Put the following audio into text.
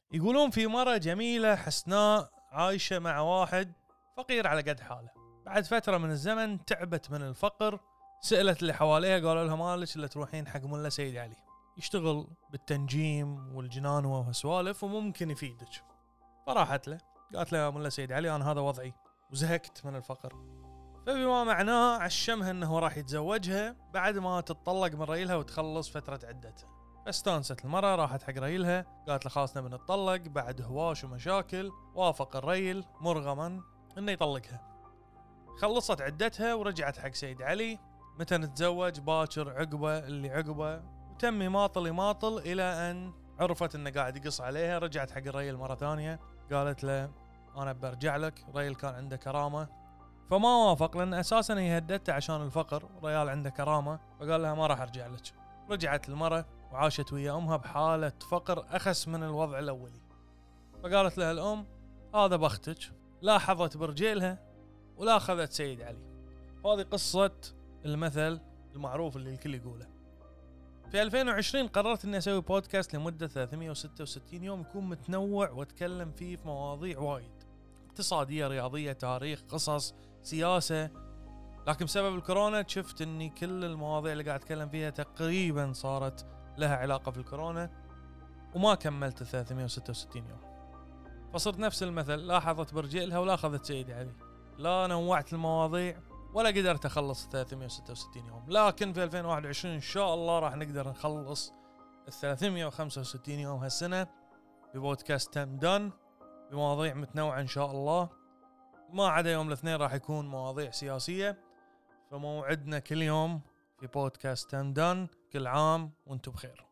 يقولون في مرة جميلة حسناء عايشة مع واحد فقير على قد حاله. بعد فترة من الزمن تعبت من الفقر، سألت اللي حواليها قالوا لها مالك إلا تروحين حق ملا سيد علي، يشتغل بالتنجيم والجنانوة وهالسوالف وممكن يفيدك. فراحت له قالت له يا ملا سيد علي أنا هذا وضعي وزهقت من الفقر، فبما معناه عشمها أنه راح يتزوجها بعد ما تتطلق من ريلها وتخلص فترة عدتها. فاستانست المرة، راحت حق ريلها قالت له خلاص نبي نتطلق. بعد هواش ومشاكل وافق الريل مرغما انه يطلقها. خلصت عدتها ورجعت حق سيد علي. متى نتزوج؟ باكر عقبه اللي عقبه. وتم يماطل الى ان عرفت انه قاعد يقص عليها. رجعت حق الريل مرة ثانية قالت له انا برجع لك. الريل كان عنده كرامة فما وافق، لان اساسا هي هددته عشان الفقر، ريال عنده كرامة فقال لها ما راح ارجع لك. رجعت المرة وعاشت ويا أمها بحالة فقر أخس من الوضع الأولي. فقالت لها الأم هذا بختك، لا حظت برجيلها ولا أخذت سيد علي. وهذه قصة المثل المعروف اللي الكل يقوله. في 2020 قررت أني أسوي بودكاست لمدة 366 يوم يكون متنوع وأتكلم فيه في مواضيع وايد، اقتصادية، رياضية، تاريخ، قصص، سياسة. لكن بسبب الكورونا شفت أني كل المواضيع اللي قاعد أتكلم فيها تقريبا صارت لها علاقة في الكورونا وما كملت 366 يوم. فصرت نفس المثل، لا حظت برجيلها ولا أخذت سيد علي، لا نوعت المواضيع ولا قدرت أخلص 366 يوم. لكن في 2021 إن شاء الله راح نقدر نخلص 365 يوم هالسنة ببودكاست تم دن بمواضيع متنوعة إن شاء الله. ما عدا يوم الاثنين راح يكون مواضيع سياسية. فموعدنا كل يوم في بودكاست تم دن. كل عام وانتم بخير.